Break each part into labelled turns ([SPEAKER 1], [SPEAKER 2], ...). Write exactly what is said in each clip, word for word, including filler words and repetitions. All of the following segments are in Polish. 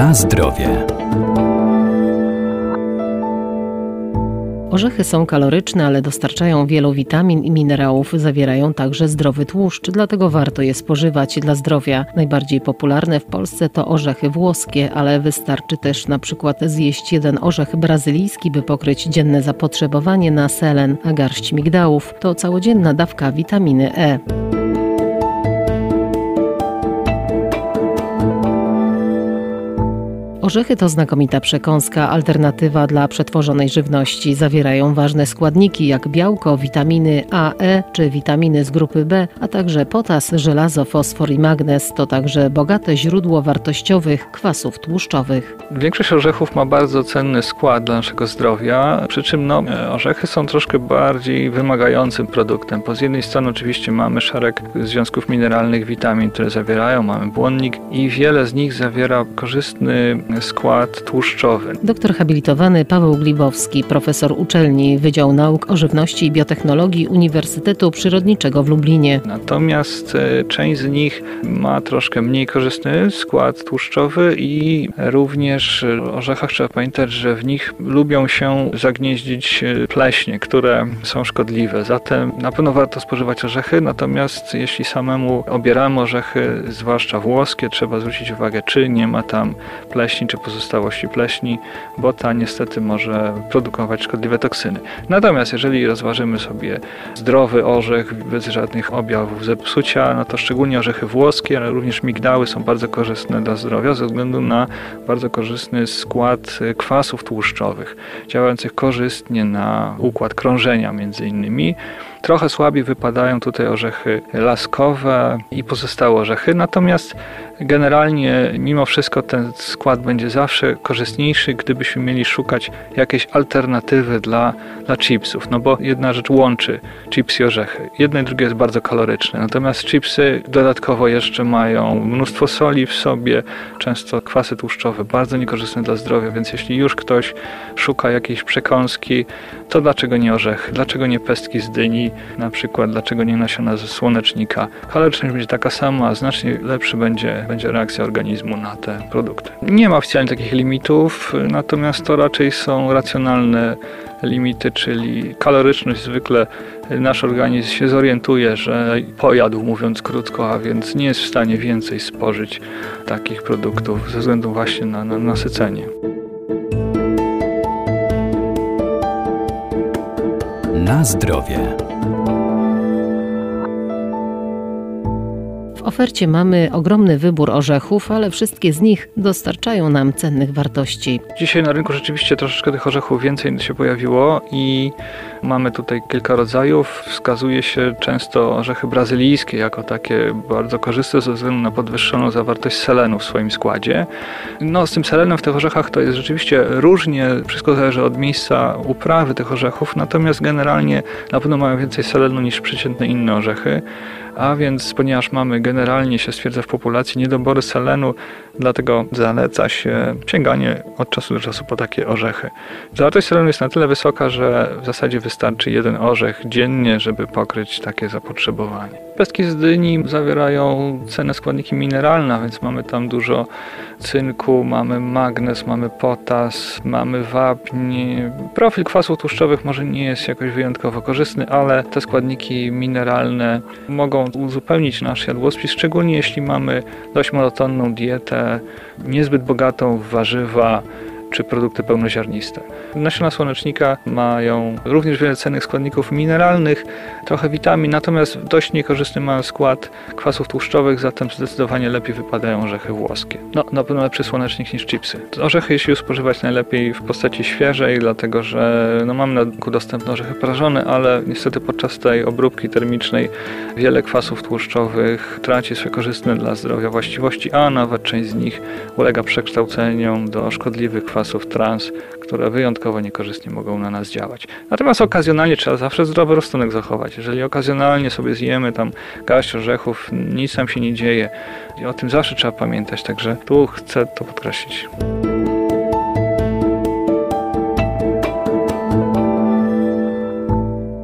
[SPEAKER 1] Na zdrowie.
[SPEAKER 2] Orzechy są kaloryczne, ale dostarczają wielu witamin i minerałów, zawierają także zdrowy tłuszcz, dlatego warto je spożywać dla zdrowia. Najbardziej popularne w Polsce to orzechy włoskie, ale wystarczy też na przykład zjeść jeden orzech brazylijski, by pokryć dzienne zapotrzebowanie na selen, a garść migdałów to całodzienna dawka witaminy E. Orzechy to znakomita przekąska, alternatywa dla przetworzonej żywności. Zawierają ważne składniki jak białko, witaminy A, E czy witaminy z grupy B, a także potas, żelazo, fosfor i magnez. To także bogate źródło wartościowych kwasów tłuszczowych.
[SPEAKER 3] Większość orzechów ma bardzo cenny skład dla naszego zdrowia, przy czym no, orzechy są troszkę bardziej wymagającym produktem. Bo z jednej strony oczywiście mamy szereg związków mineralnych, witamin, które zawierają, mamy błonnik i wiele z nich zawiera korzystny skład tłuszczowy.
[SPEAKER 2] Doktor habilitowany Paweł Glibowski, profesor uczelni Wydział Nauk o Żywności i Biotechnologii Uniwersytetu Przyrodniczego w Lublinie.
[SPEAKER 3] Natomiast część z nich ma troszkę mniej korzystny skład tłuszczowy i również w orzechach trzeba pamiętać, że w nich lubią się zagnieździć pleśnie, które są szkodliwe. Zatem na pewno warto spożywać orzechy, natomiast jeśli samemu obieramy orzechy, zwłaszcza włoskie, trzeba zwrócić uwagę, czy nie ma tam pleśni, czy pozostałości pleśni, bo ta niestety może produkować szkodliwe toksyny. Natomiast jeżeli rozważymy sobie zdrowy orzech bez żadnych objawów zepsucia, no to szczególnie orzechy włoskie, ale również migdały są bardzo korzystne dla zdrowia ze względu na bardzo korzystny skład kwasów tłuszczowych, działających korzystnie na układ krążenia między innymi. Trochę słabiej wypadają tutaj orzechy laskowe i pozostałe orzechy, natomiast generalnie mimo wszystko ten skład będzie zawsze korzystniejszy, gdybyśmy mieli szukać jakiejś alternatywy dla, dla chipsów, no bo jedna rzecz łączy chipsy i orzechy. Jedno i drugie jest bardzo kaloryczne, natomiast chipsy dodatkowo jeszcze mają mnóstwo soli w sobie, często kwasy tłuszczowe, bardzo niekorzystne dla zdrowia, więc jeśli już ktoś szuka jakiejś przekąski, to dlaczego nie orzechy, dlaczego nie pestki z dyni, na przykład dlaczego nie nasiona ze słonecznika. Kaloryczność będzie taka sama, a znacznie lepszy będzie, będzie reakcja organizmu na te produkty. Nie ma oficjalnie takich limitów, natomiast to raczej są racjonalne limity, czyli kaloryczność zwykle nasz organizm się zorientuje, że pojadł, mówiąc krótko, a więc nie jest w stanie więcej spożyć takich produktów ze względu właśnie na, na nasycenie.
[SPEAKER 1] Na zdrowie.
[SPEAKER 2] W ofercie mamy ogromny wybór orzechów, ale wszystkie z nich dostarczają nam cennych wartości.
[SPEAKER 3] Dzisiaj na rynku rzeczywiście troszeczkę tych orzechów więcej się pojawiło i mamy tutaj kilka rodzajów. Wskazuje się często orzechy brazylijskie jako takie bardzo korzystne ze względu na podwyższoną zawartość selenu w swoim składzie. No z tym selenem w tych orzechach to jest rzeczywiście różnie, wszystko zależy od miejsca uprawy tych orzechów, natomiast generalnie na pewno mają więcej selenu niż przeciętne inne orzechy. A więc ponieważ mamy generalnie, się stwierdza w populacji, niedobory selenu, dlatego zaleca się sięganie od czasu do czasu po takie orzechy. Zawartość selenu jest na tyle wysoka, że w zasadzie wystarczy jeden orzech dziennie, żeby pokryć takie zapotrzebowanie. Pestki z dyni zawierają cenne składniki mineralne, więc mamy tam dużo cynku, mamy magnez, mamy potas, mamy wapń. Profil kwasów tłuszczowych może nie jest jakoś wyjątkowo korzystny, ale te składniki mineralne mogą uzupełnić nasz jadłospis, szczególnie jeśli mamy dość monotonną dietę, niezbyt bogatą w warzywa czy produkty pełnoziarniste. Nasiona słonecznika mają również wiele cennych składników mineralnych, trochę witamin, natomiast dość niekorzystny mają skład kwasów tłuszczowych, zatem zdecydowanie lepiej wypadają orzechy włoskie. No, na pewno lepszy słonecznik niż chipsy. Orzechy jeśli spożywać najlepiej w postaci świeżej, dlatego że no, mamy na rynku dostępne orzechy prażone, ale niestety podczas tej obróbki termicznej wiele kwasów tłuszczowych traci swoje korzystne dla zdrowia właściwości, a nawet część z nich ulega przekształceniom do szkodliwych kwasów kwasów trans, które wyjątkowo niekorzystnie mogą na nas działać. Natomiast okazjonalnie trzeba zawsze zdrowy rozsądek zachować. Jeżeli okazjonalnie sobie zjemy tam garść orzechów, nic nam się nie dzieje. I o tym zawsze trzeba pamiętać, także tu chcę to podkreślić.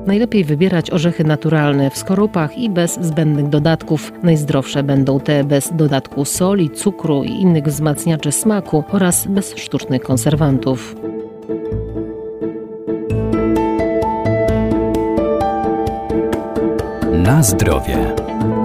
[SPEAKER 2] Najlepiej wybierać orzechy naturalne w skorupach i bez zbędnych dodatków. Najzdrowsze będą te bez dodatku soli, cukru i innych wzmacniaczy smaku oraz bez sztucznych konserwantów.
[SPEAKER 1] Na zdrowie.